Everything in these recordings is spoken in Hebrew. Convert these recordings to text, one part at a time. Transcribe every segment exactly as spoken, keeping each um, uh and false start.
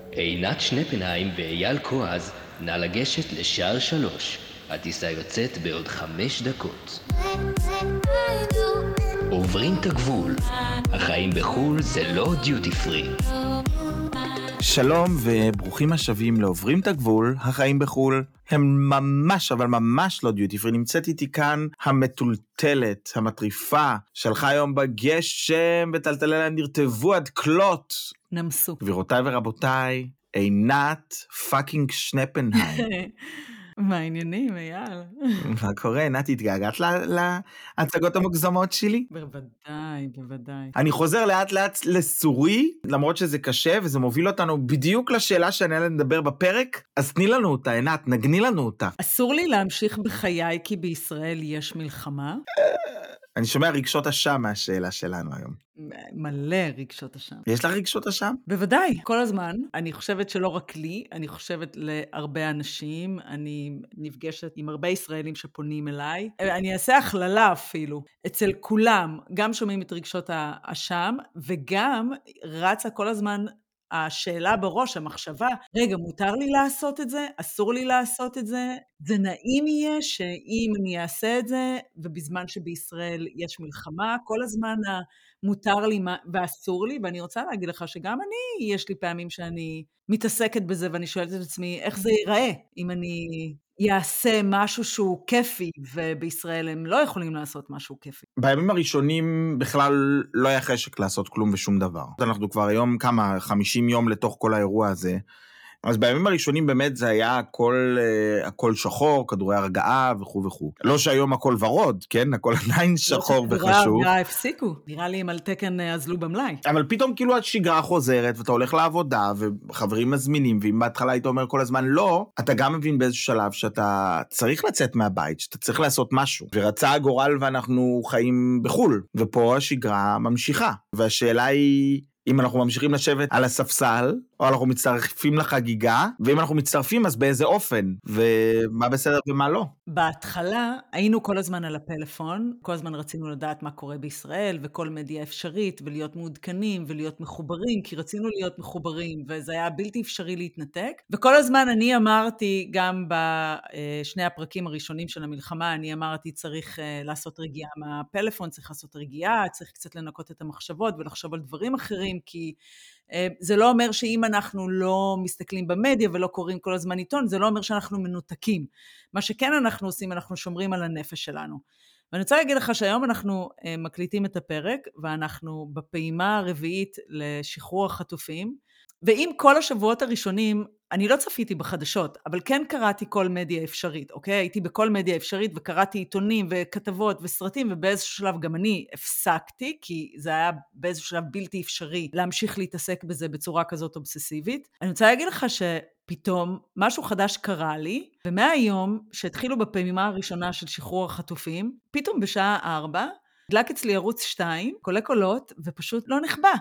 עינת שנפנהיים ואייל כועז, נא לגשת לשער שלוש. הטיסה יוצאת בעוד חמש דקות. עוברים את הגבול. החיים בחול זה לא דיוטי פרי. שלום וברוכים השבים לעוברים את הגבול, החיים בחול הם ממש אבל ממש לא דיוטי פרי. נמצאת איתי כאן המטולטלת, המטריפה, שהלכה היום בגשם וטלטליה נרטבו עד כלות. נמסו. גבירותיי ורבותיי, עינת פאקינג שנפנהיים. מה העניינים, אייל? מה קורה, עינת, התגעגעת להצגות המוגזמות שלי? בוודאי, בוודאי. אני חוזר לאט לאט לסורי, למרות שזה קשה, וזה מוביל אותנו בדיוק לשאלה שאני עליה לדבר בפרק, אז תני לנו אותה, עינת, נגני לנו אותה. אסור לי להמשיך בחיי כי בישראל יש מלחמה? אני שומע רגשות אשם מהשאלה שלנו היום. מלא רגשות אשם. יש לך רגשות אשם? בוודאי, כל הזמן. אני חושבת שלא רק לי, אני חושבת להרבה אנשים, אני נפגשת עם הרבה ישראלים שפונים אליי. אני אעשה הכללה אפילו. אצל כולם, גם שומעים את רגשות האשם, וגם רצה כל הזמן השאלה בראש, המחשבה, רגע, מותר לי לעשות את זה? אסור לי לעשות את זה? זה נעים יהיה שאם אני אעשה את זה, ובזמן שבישראל יש מלחמה, כל הזמן מותר לי ואסור לי, ואני רוצה להגיד לך שגם אני, יש לי פעמים שאני מתעסקת בזה, ואני שואלת את עצמי, איך זה ייראה אם אני יעשה משהו שהוא כיפי, ובישראל הם לא יכולים לעשות משהו כיפי. בימים הראשונים בכלל לא היה חשק לעשות כלום ושום דבר. אנחנו כבר היום כמה, חמישים יום לתוך כל האירוע הזה, אז בימים הראשונים באמת זה היה הכל, הכל שחור, כדורי הרגעה וכו' וכו'. לא שהיום הכל ורוד, כן? הכל עדיין שחור וחשוב. לא שכדורי הפסיקו. נראה לי אם על תקן אזלו במלאי. אבל פתאום כאילו השגרה חוזרת, ואתה הולך לעבודה, וחברים מזמינים, ואם בהתחלה היית אומר כל הזמן לא, אתה גם מבין באיזשהו שלב שאתה צריך לצאת מהבית, שאתה צריך לעשות משהו. ורצה הגורל ואנחנו חיים בחול, ופה השגרה ממשיכה. והשאלה היא, אם אנחנו ממשיכים לשבת על הספסל, או אנחנו מצטרפים לחגיגה, ואם אנחנו מצטרפים, אז באיזה אופן, ומה בסדר ומה לא. בהתחלה היינו כל הזמן על הפלאפון, כל הזמן רצינו לדעת מה קורה בישראל, וכל מדיה אפשרית, ולהיות מעודכנים, ולהיות מחוברים, כי רצינו להיות מחוברים, וזה היה בלתי אפשרי להתנתק. וכל הזמן אני אמרתי, גם בשני הפרקים הראשונים של המלחמה, אני אמרתי, צריך לעשות רגיעה מהפלאפון, צריך לעשות רגיעה, צריך קצת לנקות את המחשבות, ולחשוב על דברים אחרים, כי זה לא אומר שאם אנחנו לא מסתכלים במדיה ולא קוראים כל הזמן עיתון, זה לא אומר שאנחנו מנותקים. מה שכן אנחנו עושים, אנחנו שומרים על הנפש שלנו. ואני רוצה להגיד לך שהיום אנחנו מקליטים את הפרק, ואנחנו בפעימה הרביעית לשחרור החטופים, ועם כל השבועות הראשונים, אני לא צפיתי בחדשות, אבל כן קראתי כל מדיה אפשרית, אוקיי? הייתי בכל מדיה אפשרית וקראתי עיתונים וכתבות וסרטים, ובאיזשהו שלב גם אני הפסקתי, כי זה היה באיזשהו שלב בלתי אפשרי להמשיך להתעסק בזה בצורה כזאת אובססיבית. אני רוצה להגיד לך שפתאום משהו חדש קרה לי, ומהיום שהתחילו בפעימה הראשונה של שחרור החטופים, פתאום בשעה ארבע, דלק אצלי ערוץ שתיים, קולי קולות, ופשוט לא נחבא.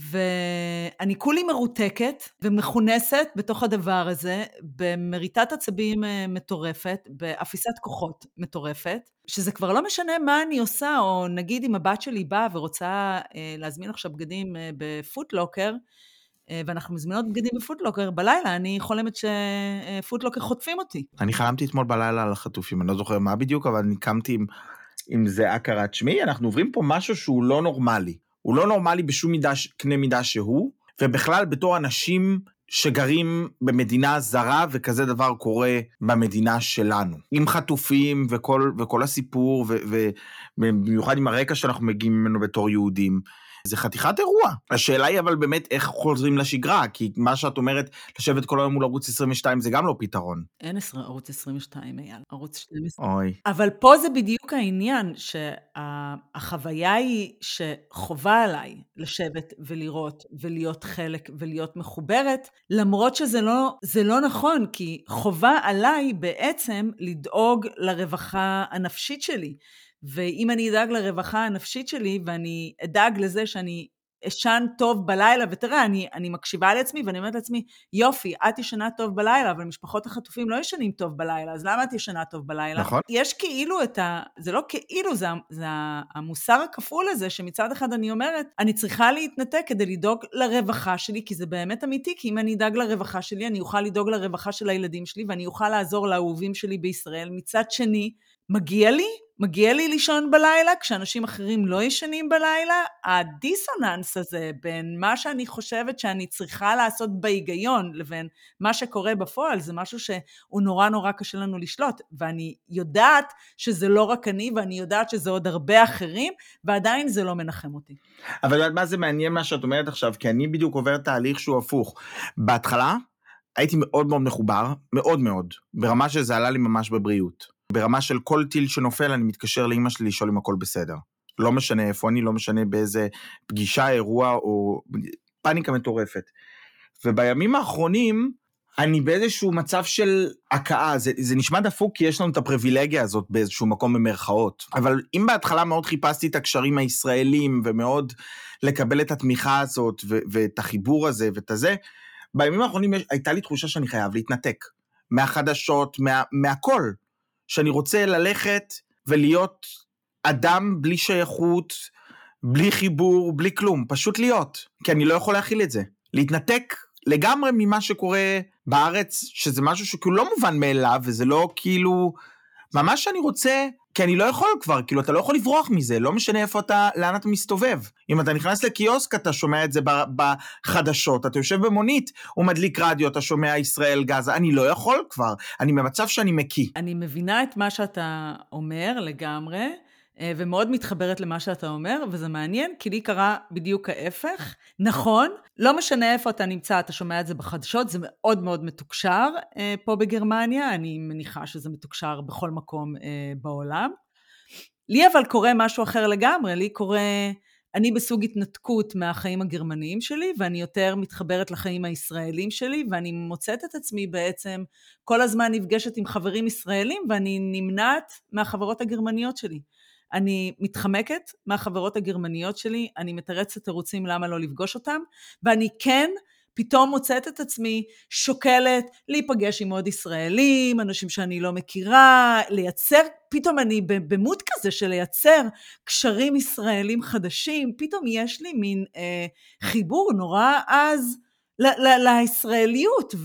ואני כולי מרותקת ומכונסת בתוך הדבר הזה, במריטת עצבים מטורפת, באפיסת כוחות מטורפת, שזה כבר לא משנה מה אני עושה, או נגיד אם הבת שלי באה ורוצה להזמין עכשיו בגדים בפוטלוקר, ואנחנו מזמינות בגדים בפוטלוקר, בלילה אני חולמת שפוטלוקר חוטפים אותי. אני חלמתי אתמול בלילה על החטופים, אני לא זוכר מה בדיוק, אבל אני קמתי עם, עם זה הכרת שמי, אנחנו עוברים פה משהו שהוא לא נורמלי. הוא לא נורמלי בשום מידה, קנה מידה שהוא, ובכלל בתור אנשים שגרים במדינה זרה, וכזה דבר קורה במדינה שלנו. עם חטופים וכל, וכל הסיפור, ובמיוחד עם הרקע שאנחנו מגיעים ממנו בתור יהודים. זה חתיכת אירוע. השאלה היא אבל באמת איך חוזרים לשגרה, כי מה שאת אומרת, לשבת כל היום מול ערוץ עשרים ושתיים זה גם לא פתרון. אין ערוץ עשרים ושתיים, אייל, ערוץ שתים עשרה. אוי. אבל פה זה בדיוק העניין, שהחוויה היא שחובה עליי לשבת ולראות ולהיות חלק ולהיות מחוברת, למרות שזה לא, זה לא נכון, כי חובה עליי בעצם לדאוג לרווחה הנפשית שלי. ואם אני אדאג לרווחה הנפשית שלי, ואני אדאג לזה שאני אשן טוב בלילה, ותראה, אני, אני מקשיבה לעצמי, ואני אומרת לעצמי, יופי, את ישנה טוב בלילה, אבל משפחות החטופים לא ישנים טוב בלילה, אז למה את ישנה טוב בלילה? נכון. יש כאילו את ה... זה לא כאילו, זה, זה המוסר הכפול הזה, שמצד אחד אני אומרת, אני צריכה להתנתק כדי לדאוג לרווחה שלי, כי זה באמת אמיתי, כי אם אני אדאג לרווחה שלי, אני אוכל לדאוג לרווחה של הילדים שלי, ואני אוכל לעזור לאהובים שלי בישראל. מצד שני, מגיע לי, מגיע לי לישון בלילה, כשאנשים אחרים לא ישנים בלילה, הדיסוננס הזה בין מה שאני חושבת שאני צריכה לעשות בהיגיון, לבין מה שקורה בפועל, זה משהו שהוא נורא נורא קשה לנו לשלוט, ואני יודעת שזה לא רק אני, ואני יודעת שזה עוד הרבה אחרים, ועדיין זה לא מנחם אותי. אבל מה זה מעניין מה שאת אומרת עכשיו, כי אני בדיוק עובר תהליך שהוא הפוך. בהתחלה, הייתי מאוד מאוד מחובר, מאוד מאוד, ברמה שזה עלה לי ממש בבריאות. ברמה של כל טיל שנופל, אני מתקשר לאמא שלי לשאול אם הכל בסדר. לא משנה איפה אני, לא משנה באיזה פגישה, אירוע, או פאניקה מטורפת. ובימים האחרונים, אני באיזשהו מצב של הקאה, זה, זה נשמע דפוק, כי יש לנו את הפריבילגיה הזאת באיזשהו מקום במרכאות. אבל אם בהתחלה מאוד חיפשתי את הקשרים הישראלים, ומאוד לקבל את התמיכה הזאת, ו- ואת החיבור הזה, ואת הזה, בימים האחרונים הייתה לי תחושה שאני חייב להתנתק. מהחדשות, מה, מהכל. שאני רוצה ללכת ולהיות אדם בלי שייכות, בלי חיבור, בלי כלום, פשוט להיות, כי אני לא יכול להכיל את זה. להתנתק לגמרי ממה שקורה בארץ, שזה משהו שכאילו לא מובן מאליו, וזה לא כאילו, ממש שאני רוצה, כי אני לא יכול כבר, כאילו אתה לא יכול לברוח מזה, לא משנה איפה אתה, לאן אתה מסתובב. אם אתה נכנס לקיוסק, אתה שומע את זה בחדשות, אתה יושב במונית, הוא מדליק רדיו, אתה שומע ישראל גז, אני לא יכול כבר, אני במצב שאני מקיא. אני מבינה את מה שאתה אומר לגמרי, ומאוד מתחברת למה שאתה אומר, וזה מעניין, כי לי קרה בדיוק ההפך. נכון, לא משנה איפה אתה נמצא, אתה שומע את זה בחדשות, זה מאוד מאוד מתוקשר פה בגרמניה, אני מניחה שזה מתוקשר בכל מקום בעולם. לי אבל קורה משהו אחר לגמרי, לי קורה, אני בסוג התנתקות מהחיים הגרמניים שלי, ואני יותר מתחברת לחיים הישראלים שלי, ואני מוצאת את עצמי בעצם כל הזמן נפגשת עם חברים ישראלים, ואני נמנעת מהחברות הגרמניות שלי. אני מתחמקת מהחברות הגרמניות שלי, אני מתרצת תירוצים למה לא לפגוש אותם, ואני כן פתאום מוצאת את עצמי שוקלת להיפגש עם עוד ישראלים, אנשים שאני לא מכירה, לייצר, פתאום אני במות כזה של לייצר קשרים ישראלים חדשים, פתאום יש לי מין אה, חיבור נורא אז, לישראליות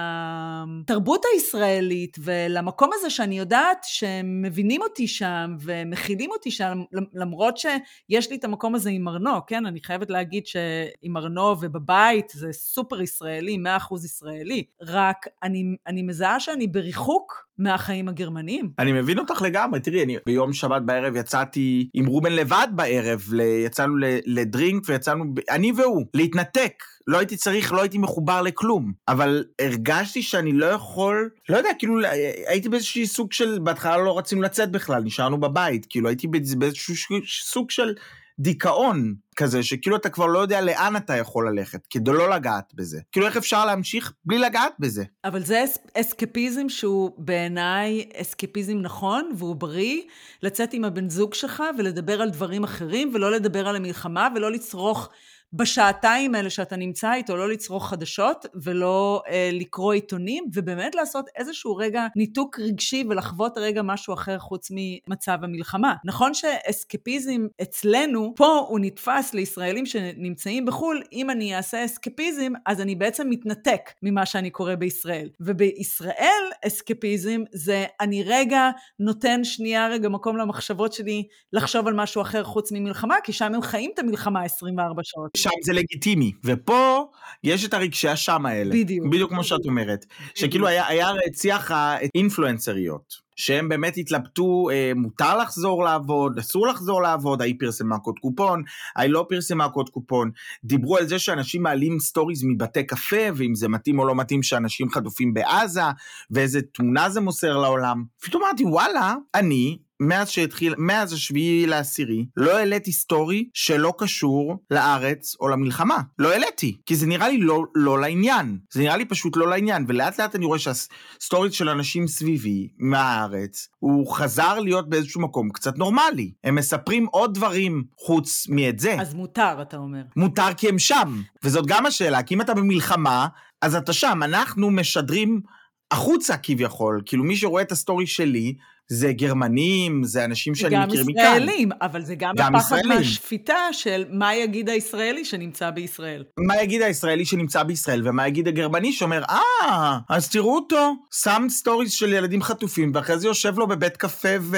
ולתרבות הישראלית ולמקום הזה שאני יודעת שהם מבינים אותי שם ומכילים אותי שם, למרות שיש לי את המקום הזה עם ארנו, כן? אני חייבת להגיד שעם ארנו ובבית זה סופר ישראלי, מאה אחוז ישראלי, רק אני, אני מזהה שאני בריחוק מהחיים הגרמניים. אני מבין אותך לגמרי, תראי, אני ביום שבת בערב יצאתי עם רובן לבד בערב, יצאנו לדרינק ויצאנו, אני והוא, להתנתק, לא הייתי צריך, לא הייתי מחובר לכלום, אבל הרגשתי שאני לא יכול, לא יודע, כאילו הייתי באיזשהו סוג של, בהתחלה לא רצינו לצאת בכלל, נשארנו בבית, כאילו הייתי באיזשהו סוג של דיכאון כזה, שכאילו אתה כבר לא יודע לאן אתה יכול ללכת, כדי לא לגעת בזה. כאילו איך אפשר להמשיך בלי לגעת בזה? אבל זה אסקפיזם שהוא בעיניי אסקפיזם נכון, והוא בריא, לצאת עם הבן זוג שלך ולדבר על דברים אחרים, ולא לדבר על המלחמה, ולא לצרוך בשעתיים האלה שאתה נמצא איתו, לא לצרוך חדשות, ולא אה, לקרוא עיתונים, ובאמת לעשות איזשהו רגע ניתוק רגשי, ולחוות רגע משהו אחר חוץ ממצב המלחמה. נכון שאסקפיזם אצלנו, פה הוא נתפס לישראלים שנמצאים בחול, אם אני אעשה אסקפיזם, אז אני בעצם מתנתק ממה שאני קורא בישראל. ובישראל אסקפיזם זה אני רגע נותן שנייה רגע מקום למחשבות שלי, לחשוב על משהו אחר חוץ ממלחמה, כי שם הם חיים את המלחמה עשרים וארבע שעות. שם זה לגיטימי, ופה יש את הרגשי השם האלה. בדיוק. בדיוק כמו שאת אומרת. שכאילו היה, היה רציח האינפלואנסריות, שהם באמת התלבטו, אה, מותר לחזור לעבוד, אסור לחזור לעבוד, ההיא פרסמה קוד קופון, ההיא לא פרסמה קוד קופון, דיברו על זה שאנשים מעלים סטוריז מבתי קפה, ואם זה מתאים או לא מתאים שאנשים חטופים בעזה, ואיזה תמונה זה מוסר לעולם. פתאום אמרתי, וואלה, אני מאז שהתחיל, מאז השביעי לעשירי, לא העליתי סטורי שלא קשור לארץ או למלחמה. לא העליתי, כי זה נראה לי לא, לא לעניין. זה נראה לי פשוט לא לעניין, ולאט לאט אני רואה שהסטורית של אנשים סביבי מהארץ, הוא חזר להיות באיזשהו מקום קצת נורמלי. הם מספרים עוד דברים חוץ מאת זה. אז מותר, אתה אומר. מותר כי הם שם, וזאת גם השאלה, כי אם אתה במלחמה, אז אתה שם. אנחנו משדרים החוצה כביכול, כאילו מי שרואה את הסטורי שלי, זה גרמנים, זה אנשים שאני מכיר מכאן. גם ישראלים, אבל זה גם, גם הפחד ישראלים. מהשפיטה של מה יגיד הישראלי שנמצא בישראל. מה יגיד הישראלי שנמצא בישראל, ומה יגיד הגרמני שאומר, אה, אז תראו אותו, שם סטוריז של ילדים חטופים, ואחרי זה יושב לו בבית קפה ו...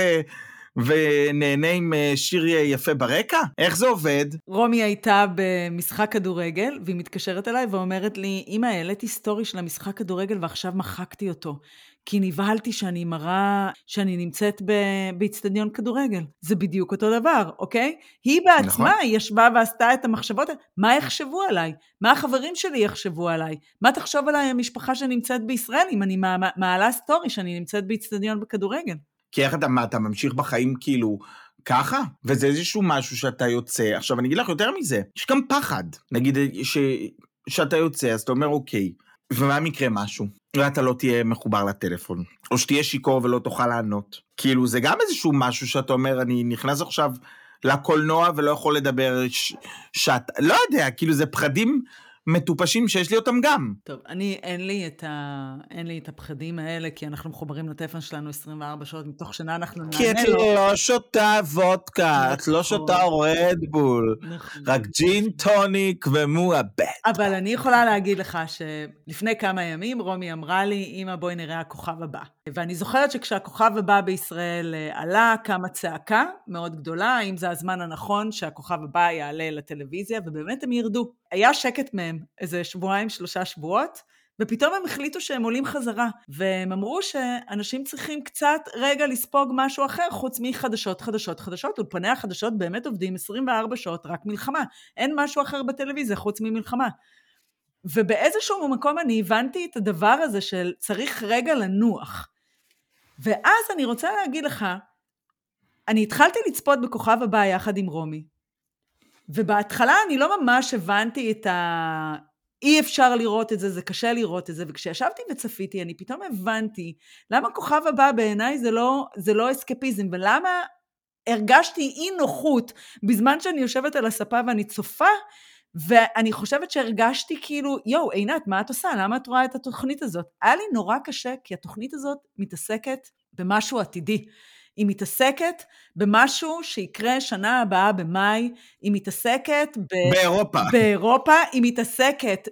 ונהנה עם שיר יפה ברקע? איך זה עובד? רומי הייתה במשחק כדורגל, והיא מתקשרת אליי ואומרת לי, אמא, העליתי סטורי של המשחק כדורגל ועכשיו מחקתי אותו, כי נבהלתי שאני מראה שאני נמצאת באצטדיון כדורגל. זה בדיוק אותו דבר, אוקיי? היא בעצמה נכון. ישבה ועשתה את המחשבות, מה יחשבו עליי? מה החברים שלי יחשבו עליי? מה תחשוב עליי המשפחה שנמצאת בישראל, אם אני מעלה סטורי שאני נמצאת באצטדיון בכדורגל? כי איך אתה, מה, אתה ממשיך בחיים כאילו ככה? וזה איזשהו משהו שאתה יוצא. עכשיו אני אגיד לך יותר מזה, יש גם פחד. נגיד ש, שאתה יוצא, אז אתה אומר אוקיי, ומה מקרה משהו? ואתה לא תהיה מחובר לטלפון, או שתהיה שיקור ולא תוכל לענות. כאילו זה גם איזשהו משהו שאתה אומר, אני נכנס עכשיו לקולנוע ולא יכול לדבר ש... שאת... לא יודע, כאילו זה פחדים מטופשים שיש לי אותם גם. טוב, אני, אין לי את ה, אין לי את הפחדים האלה, כי אנחנו מחוברים לטלפון שלנו עשרים וארבע שעות, מתוך שנה אנחנו נענה לו. כי את לא שותה וודקה, את לא שותה רדבול, רק ג'ין טוניק ומועבט. אבל אני יכולה להגיד לך שלפני כמה ימים רומי אמרה לי, אמא בואי נראה הכוכב הבא. ואני זוכרת שכשהכוכב הבא בישראל עלה, קמה צעקה מאוד גדולה, האם זה הזמן הנכון שהכוכב הבא יעלה לטלוויזיה, ובאמת הם ירדו. היה שקט מהם, איזה שבועיים, שלושה שבועות, ופתאום הם החליטו שהם עולים חזרה, והם אמרו שאנשים צריכים קצת רגע לספוג משהו אחר, חוץ מחדשות, חדשות, חדשות, ולפני החדשות באמת עובדים עשרים וארבע שעות, רק מלחמה. אין משהו אחר בטלוויזיה חוץ ממלחמה. ובאיזשהו מקום אני הבנתי את הדבר הזה של צריך רגע לנוח. ואז אני רוצה להגיד לך, אני התחלתי לצפות בכוכב הבא יחד עם רומי, ובהתחלה אני לא ממש הבנתי את ה... אי אפשר לראות את זה, זה קשה לראות את זה, וכשישבתי וצפיתי, אני פתאום הבנתי, למה כוכב הבא בעיניי זה לא, זה לא אסקפיזם, ולמה הרגשתי אי נוחות, בזמן שאני יושבת על הספה ואני צופה, ואני חושבת שהרגשתי כאילו, יו, עינת, מה את עושה? למה את רואה את התוכנית הזאת? היה לי נורא קשה, כי התוכנית הזאת מתעסקת במשהו עתידי. היא מתעסקת במשהו שיקרה שנה הבאה במאי, היא מתעסקת ב... באירופה. באירופה, היא מתעסקת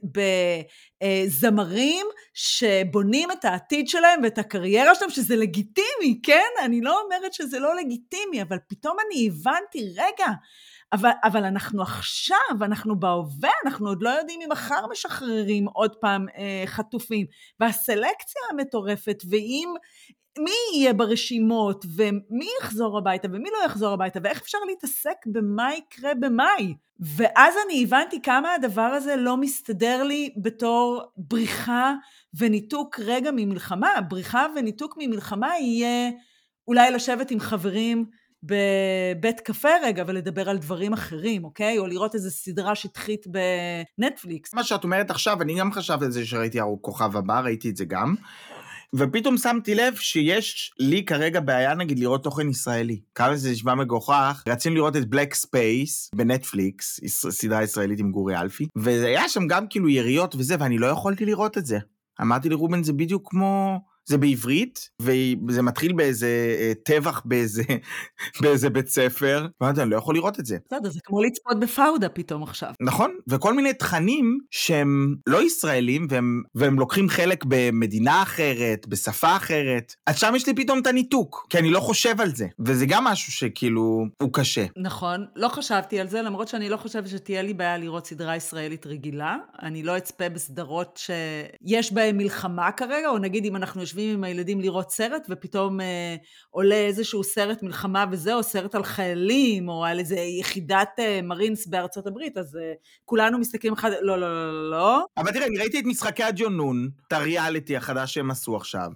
בזמרים שבונים את העתיד שלהם ואת הקריירה שלהם, שזה לגיטימי, כן? אני לא אומרת שזה לא לגיטימי, אבל פתאום אני הבנתי, רגע, אבל, אבל אנחנו עכשיו, אנחנו בהווה, אנחנו עוד לא יודעים אם מחר משחררים עוד פעם אה, חטופים, והסלקציה המטורפת, ואם... מי יהיה ברשימות, ומי יחזור הביתה, ומי לא יחזור הביתה, ואיך אפשר להתעסק במה יקרה במאי. ואז אני הבנתי כמה הדבר הזה לא מסתדר לי בתור בריחה וניתוק רגע ממלחמה. בריחה וניתוק ממלחמה יהיה אולי לשבת עם חברים בבית קפה רגע, ולדבר על דברים אחרים, אוקיי? או לראות איזו סדרה שטחית בנטפליקס. מה שאת אומרת עכשיו, אני גם חשבתי על זה שראיתי כוכב הבא, ראיתי את זה גם. ופתאום שמתי לב שיש לי כרגע בעיה נגיד לראות תוכן ישראלי. כמה זה נשמע מגוחך, רצינו לראות את בלק ספייס בנטפליקס, סדרה ישראלית עם גורי אלפי, והיה שם גם כאילו יריות וזה, ואני לא יכולתי לראות את זה. אמרתי לרובן זה בדיוק כמו... זה בעברית, וזה מתחיל באיזה טבח באיזה, באיזה בית ספר, ואני לא יכול לראות את זה. בסדר, זה כמו לצפות בפאודה פתאום עכשיו. נכון, וכל מיני תכנים שהם לא ישראלים, והם, והם לוקחים חלק במדינה אחרת, בשפה אחרת, אז שם יש לי פתאום את הניתוק, כי אני לא חושב על זה, וזה גם משהו שכאילו הוא קשה. נכון, לא חשבתי על זה, למרות שאני לא חושבת שתהיה לי בעיה לראות סדרה ישראלית רגילה, אני לא אצפה בסדרות שיש בהן מלחמה כרגע, או נגיד אם אנחנו יושבים עם הילדים לראות סרט, ופתאום אה, עולה איזשהו סרט מלחמה וזה, או סרט על חיילים, או על איזה יחידת אה, מרינס בארצות הברית, אז אה, כולנו מסתכלים אחד, לא, לא, לא, לא. אבל תראה, אני ראיתי את משחקי הג'ונון, את הריאליטי החדש שהם עשו עכשיו,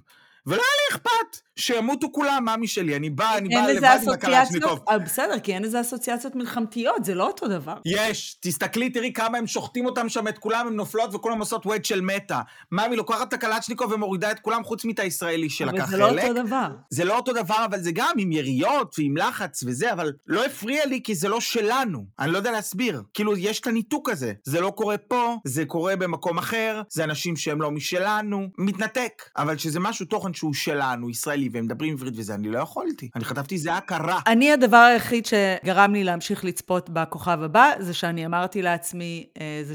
ולא היה לי אכפת, שימותו כולם, מאמי שלי, אני בא, אני בא אין לזה לבד עם אסוציאציות, הקלצ'ניקוב. אה, בסדר, כי אין לזה אסוציאציות מלחמתיות, זה לא אותו דבר. יש, תסתכלי, תראי כמה הם שוחטים אותם שם, את כולם, הם נופלות, וכולם עושות וייד של מטה. מאמי לוקחת את הקלצ'ניקוב ומורידה את כולם, חוץ מאת הישראלי שלקח חלק. אבל זה לא אותו דבר. זה לא אותו דבר, אבל זה גם עם יריות ועם לחץ וזה, אבל לא הפריע לי, כי זה לא שלנו. אני לא יודע להסביר. כאילו, יש את הניתוק הזה. זה לא קורה פה, זה קורה במקום אחר, זה אנשים שהם לא משלנו, מתנתק. אבל שזה משהו תוכן שהוא שלנו, ישראלי, והם מדברים עברית וזה, אני לא יכולתי. אני חטפתי, זה היה קרה. אני, הדבר היחיד שגרם לי להמשיך לצפות בכוכב הבא, זה שאני אמרתי לעצמי, זה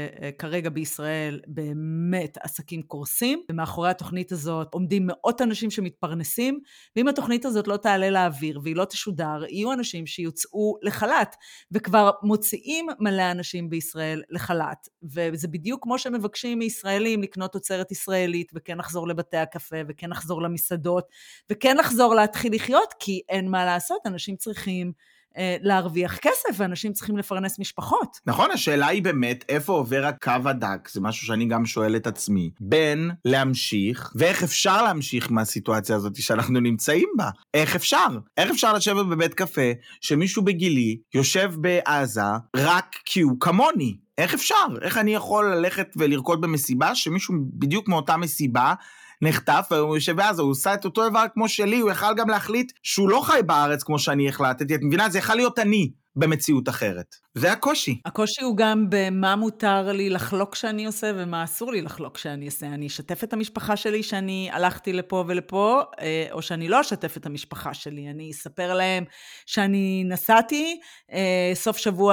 שכרגע בישראל באמת עסקים קורסים, ומאחורי התוכנית הזאת עומדים מאות אנשים שמתפרנסים, ואם התוכנית הזאת לא תעלה לאוויר, והיא לא תשודר, יהיו אנשים שיוצאו לחל"ת, וכבר מוציאים מלא אנשים בישראל לחל"ת, וזה בדיוק כמו שמבקשים מישראלים לקנות תוצרת ישראלית, וכן לחזור לבתי הקפה, וכן לחזור למסעדות, וכן לחזור להתחיל לחיות, כי אין מה לעשות, אנשים צריכים אה, להרוויח כסף, ואנשים צריכים לפרנס משפחות. נכון, השאלה היא באמת, איפה עובר הקו הדק, זה משהו שאני גם שואל את עצמי, בין להמשיך, ואיך אפשר להמשיך מהסיטואציה הזאת שאנחנו נמצאים בה? איך אפשר? איך אפשר לשבת בבית קפה, שמישהו בגילי יושב בעזה, רק כי הוא כמוני? איך אפשר? איך אני יכול ללכת ולרקוד במסיבה, שמישהו בדיוק מאותה מסיבה, נחטף, והוא יושב בעזה, הוא עושה את אותו דבר כמו שלי, הוא יכל גם להחליט שהוא לא חי בארץ כמו שאני החלטתי, את מבינה? זה יכל להיות אני במציאות אחרת. זה הקושי. הקושי הוא גם במה מותר לי לחלוק שאני עושה, ומה אסור לי לחלוק שאני עושה. אני אשתף את המשפחה שלי שאני הלכתי לפה ולפה, או שאני לא אשתף את המשפחה שלי. אני אספר להם שאני נסעתי סוף שבוע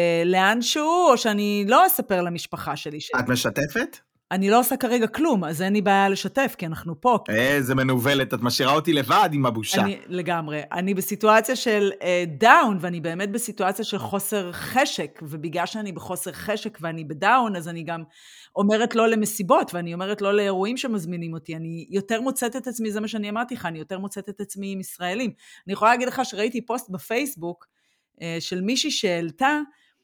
לאנשהו, או שאני לא אספר למשפחה שלי. את משתפת? אני לא עושה כרגע כלום, אז אין לי בעיה לשתף, כי אנחנו פה. איזה מנובלת, את משאירה אותי לבד עם הבושה. אני, לגמרי. אני בסיטואציה של דאון, uh, ואני באמת בסיטואציה של חוסר חשק, ובגלל שאני בחוסר חשק ואני בדאון, אז אני גם אומרת לא למסיבות, ואני אומרת לא לאירועים שמזמינים אותי. אני יותר מוצאת את עצמי, זה מה שאני אמרתי לך, אני יותר מוצאת את עצמי עם ישראלים. אני יכולה להגיד לך שראיתי פוסט בפייסבוק, uh, של מישהי שהעלתה,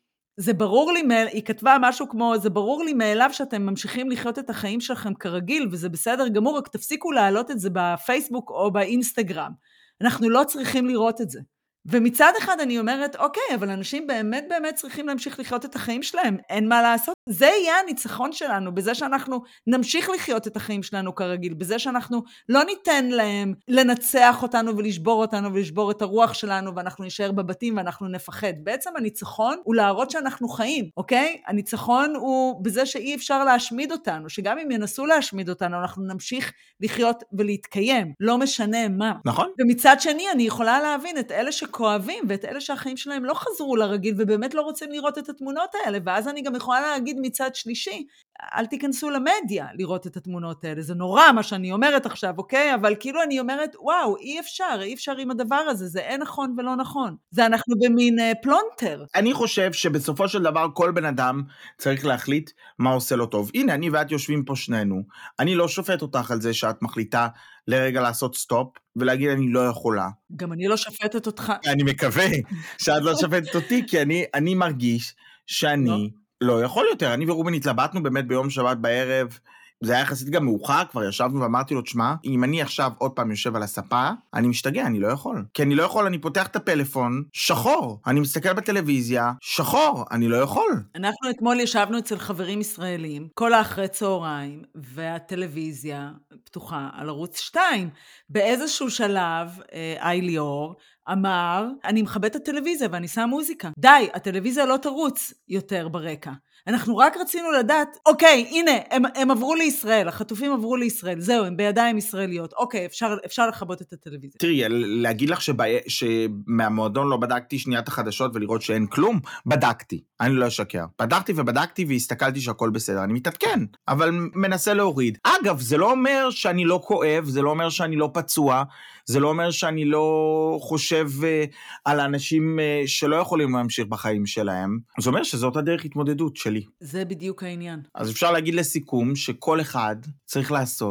זה ברור לי, היא כתבה משהו כמו, זה ברור לי מאליו שאתם ממשיכים לחיות את החיים שלכם כרגיל, וזה בסדר גמור, רק תפסיקו להעלות את זה בפייסבוק או באינסטגרם. אנחנו לא צריכים לראות את זה. ומצד אחד אני אומרת, אוקיי, אבל אנשים באמת באמת צריכים להמשיך לחיות את החיים שלהם, אין מה לעשות. זה יהיה הניצחון שלנו, בזה שאנחנו נמשיך לחיות את החיים שלנו כרגיל, בזה שאנחנו לא ניתן להם לנצח אותנו ולשבור אותנו ולשבור את הרוח שלנו, ואנחנו נשאר בבתים ואנחנו נפחד. בעצם הניצחון הוא להראות שאנחנו חיים, אוקיי? הניצחון הוא בזה שאי אפשר להשמיד אותנו, שגם אם ינסו להשמיד אותנו, אנחנו נמשיך לחיות ולהתקיים, לא משנה מה. נכון. ומצד שני, אני יכולה להבין את אלה שכואבים, ואת אלה שהחיים שלהם לא חזרו לרגיל, ובאמת לא רוצים לראות את התמונות האלה, ואז אני גם יכולה להגיד מצד שלישי, אל תיכנסו למדיה לראות את התמונות האלה, זה נורא מה שאני אומרת עכשיו, אוקיי? אבל כאילו אני אומרת, וואו, אי אפשר, אי אפשר עם הדבר הזה, זה אין נכון ולא נכון. זה אנחנו במין uh, פלונטר. אני חושב שבסופו של דבר כל בן אדם צריך להחליט מה עושה לו טוב. הנה, אני ואת יושבים פה שנינו, אני לא שופט אותך על זה שאת מחליטה לרגע לעשות סטופ, ולהגיד אני לא יכולה. גם אני לא שופטת אותך. אני מקווה שאת לא שופטת אותי, כי אני, אני מרגיש שאני לא יכול יותר. אני ורובן התלבטנו באמת ביום שבת בערב, זה היה יחסית גם מאוחר, כבר ישבנו ואמרתי לו, תשמע, אם אני עכשיו עוד פעם יושב על הספה, אני משתגע, אני לא יכול. כי אני לא יכול, אני פותח את הפלאפון, שחור. אני מסתכל בטלוויזיה, שחור, אני לא יכול. אנחנו אתמול ישבנו אצל חברים ישראלים, כל האחרי צהריים, והטלוויזיה פתוחה על ערוץ שתיים. באיזשהו שלב, איי ליאור, אמר, אני מכבד את הטלוויזיה ואני שם מוזיקה. די, הטלוויזיה לא תרוץ יותר ברקע. אנחנו רק רצינו לדעת, אוקיי, הנה, הם, הם עברו לישראל, החטופים עברו לישראל, זהו, הם בידיים ישראליות, אוקיי, אפשר, אפשר לחבות את הטלוויזיה. תראי, להגיד לך שבא, שמהמועדון לא בדקתי שניית החדשות ולראות שאין כלום, בדקתי, אני לא אשקר. בדקתי ובדקתי והסתכלתי שהכל בסדר, אני מתעדכן, אבל מנסה להוריד. אגב, זה לא אומר שאני לא כואב, זה לא אומר שאני לא פצוע, זה לא אומר שאני לא חושב uh, על האנשים uh, שלא יכולים להמשיך בחיים שלהם. זה אומר שזאת הדרך התמודדות שלי. זה בדיוק העניין. אז אפשר להגיד לסיכום שכל אחד צריך לעשות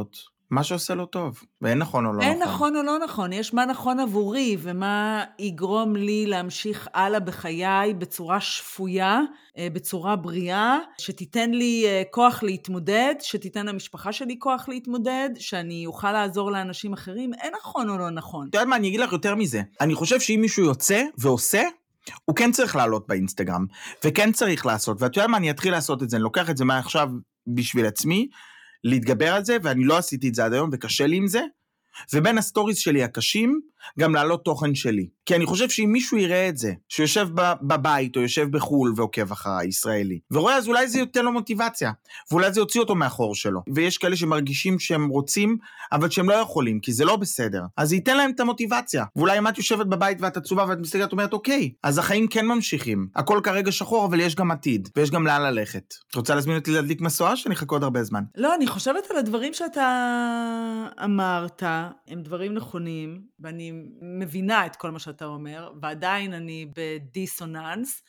מה שעושה לו טוב, ואין נכון או לא אין נכון. נכון או לא נכון, יש מה נכון עבורי, ומה יגרום לי להמשיך הלאה בחיי בצורה שפויה, בצורה בריאה, שתיתן לי כוח להתמודד, שתיתן למשפחה שלי כוח להתמודד, שאני אוכל לעזור לאנשים אחרים, אין נכון או לא נכון. אתה יודע מה, אני אגיד לך יותר מזה. אני חושב שאם מישהו יוצא ועושה, הוא כן צריך לעלות באינסטגרם, וכן צריך לעשות, ואתה יודע מה, אני אתחיל לעשות את זה, אני לוקח את זה מעכשיו בשביל עצמי, להתגבר על זה, ואני לא עשיתי את זה עד היום, וקשה לי עם זה, ובין הסטוריז שלי הקשים, גם לעלות תוכן שלי. כי אני חושב שאם מישהו יראה את זה, שיושב בבית, או יושב בחול, ועוקב אחרי ישראלי, ורואה, אז אולי זה יותר לו מוטיבציה, ואולי זה יוציא אותו מאחור שלו. ויש כאלה שמרגישים שהם רוצים, אבל שהם לא יכולים, כי זה לא בסדר. אז זה ייתן להם את המוטיבציה. ואולי אם את יושבת בבית, ואת עצובה, ואת מסתכלת, אומרת, אוקיי, אז החיים כן ממשיכים. הכל כרגע שחור, אבל יש גם עתיד, ויש גם לאן ללכת. את רוצה להזמין אותי להדליק מסועה, שאני אחכה עוד הרבה זמן? לא, אני חושבת על הדברים שאתה אמרת, הם דברים נכונים, ואני מבינה את כל מה שאתה אומר, ועדיין אני בדיסוננס,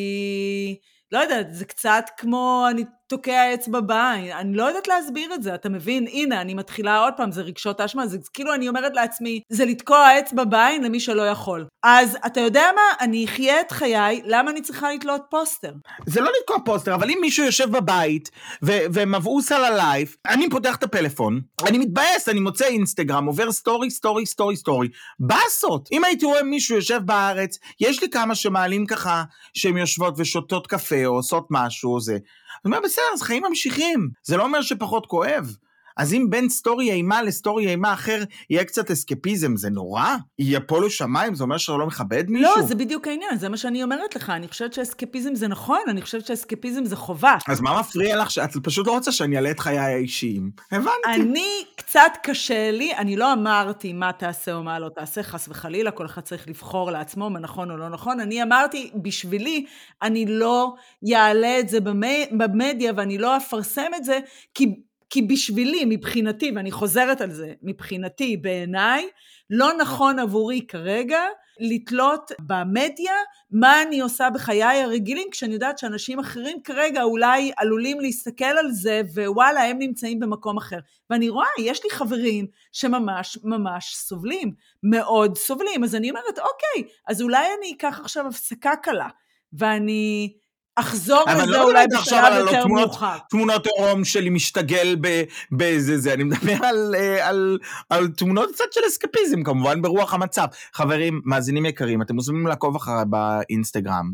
כי לא יודעת, זה קצת כמו אני תוקע אצבע בעין, אני לא יודעת להסביר את זה, אתה מבין? הנה, אני מתחילה עוד פעם, זה רגשות אשמה, זה כאילו אני אומרת לעצמי, זה לתקוע אצבע בעין למי שלא יכול. אז אתה יודע מה? אני אחיה את חיי, למה אני צריכה לתלות פוסטר? זה לא לתקוע פוסטר, אבל אם מישהו יושב בבית, ו- ומבעוס על הלייב, אני פותח את הפלאפון, אני מתבאס, אני מוצא אינסטגרם, עובר סטורי, סטורי, סטורי, סטורי, בסות. אם הייתי רואה מישהו יושב בארץ, יש לי כמה שמעלים ככה, שהם יושבות ושותות קפה, או עושות משהו, או זה. אני אומר, בסדר, אז חיים ממשיכים. זה לא אומר שפחות כואב. אז אם בין סטורי אימה לסטורי אימה אחר, יהיה קצת אסקפיזם, זה נורא? יהיה פה לשמיים, זה אומר שאתה לא מכבד מישהו? לא, זה בדיוק העניין, זה מה שאני אומרת לך, אני חושבת שאסקפיזם זה נכון, אני חושבת שאסקפיזם זה חובה. אז מה מפריע לך? שאת פשוט לא רוצה שאני אעלה את חיי האישיים. הבנתי. אני, קצת קשה לי, אני לא אמרתי מה תעשה או מה לא תעשה, חס וחלילה, כל אחד צריך לבחור לעצמו מה נכון או לא נכון, אני אמרתי, בשבילי, אני לא יעלה את זה במדיה, ואני לא אפרסם את זה, כי... כי בשבילי, מבחינתי, ואני חוזרת על זה, מבחינתי, בעיניי, לא נכון עבורי כרגע לתלות במדיה מה אני עושה בחיי הרגילים, כשאני יודעת שאנשים אחרים כרגע אולי עלולים להסתכל על זה, ווואלה, הם נמצאים במקום אחר. ואני רואה, יש לי חברים שממש ממש סובלים, מאוד סובלים, אז אני אומרת, אוקיי, אז אולי אני אקח עכשיו הפסקה קלה, ואני... אחזור לזה אולי בשלב יותר מאוחר. תמונות עירום שלי משתגל באיזה זה, אני מדבר על, על, על תמונות קצת של אסקפיזם, כמובן ברוח המצב. חברים, מאזינים יקרים, אתם מוזמנים לעקוב אחריי באינסטגרם,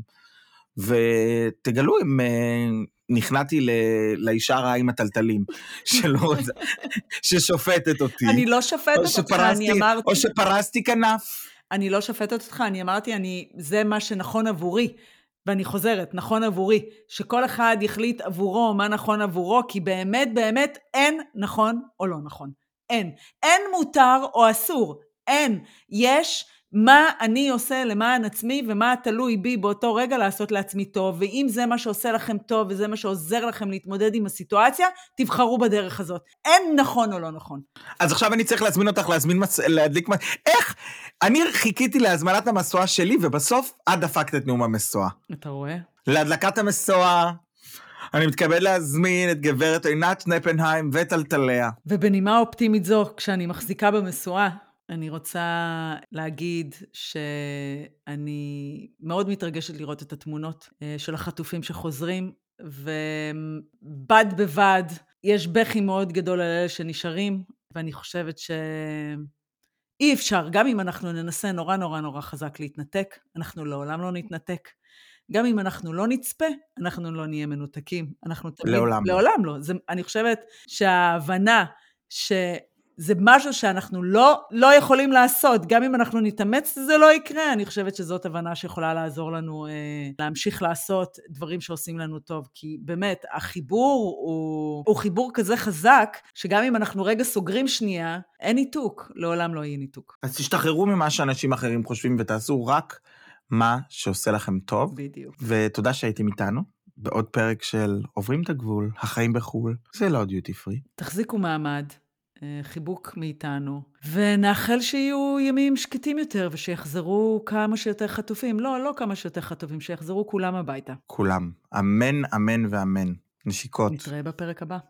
ותגלו אם נכנעתי לאישה הרעה עם הטלטלים, ששופטת אותי. אני לא שופטת אותך, אני אמרתי... או שפרסתי כנף. אני לא שופטת אותך, אני אמרתי, אני, זה מה שנכון עבורי. ואני חוזרת, נכון עבורי, שכל אחד יחליט עבורו מה נכון עבורו, כי באמת באמת אין נכון או לא נכון. אין. אין מותר או אסור. אין. יש מה אני עושה למען עצמי, ומה תלוי בי באותו רגע לעשות לעצמי טוב, ואם זה מה שעושה לכם טוב, וזה מה שעוזר לכם להתמודד עם הסיטואציה, תבחרו בדרך הזאת. אין נכון או לא נכון. אז עכשיו אני צריך להזמין אותך, להזמין, להדליק, איך? אני חיכיתי להזמנת המסועה שלי, ובסוף את דפקת את נאום המסועה. אתה רואה? להדלקת המסועה, אני מתכבד להזמין את גברת עינת נפנהיים וטלטליה. ובנימה אופטימית זו, כשאני מחזיקה במסועה, אני רוצה להגיד שאני מאוד מתרגשת לראות את התמונות של החטופים שחוזרים, ובד בבד יש בכי מאוד גדול על אלה שנשארים, ואני חושבת שאי אפשר, גם אם אנחנו ננסה נורא נורא נורא חזק להתנתק, אנחנו לעולם לא נתנתק. גם אם אנחנו לא נצפה, אנחנו לא נהיה מנותקים. אנחנו תמיד, לעולם לא. לעולם לא. זה, אני חושבת שההבנה שזה משהו שאנחנו לא, לא יכולים לעשות, גם אם אנחנו נתאמץ, זה לא יקרה. אני חושבת שזאת הבנה שיכולה לעזור לנו אה, להמשיך לעשות דברים שעושים לנו טוב, כי באמת, החיבור הוא, הוא חיבור כזה חזק, שגם אם אנחנו רגע סוגרים שנייה, אין ניתוק, לעולם לא יהיה ניתוק. אז תשתחררו ממה שאנשים אחרים חושבים, ותעשו רק מה שעושה לכם טוב. בדיוק. ותודה שהייתם איתנו בעוד פרק של עוברים את הגבול, החיים בחול, זה לא דיוטי פרי. תחזיקו מעמד, חיבוק מאיתנו, ונאחל שיהיו ימים שקטים יותר, ושיחזרו כמה שיותר חטופים. לא, לא כמה שיותר חטופים, שיחזרו כולם הביתה. כולם. אמן, אמן ואמן. נשיקות. נתראה בפרק הבא.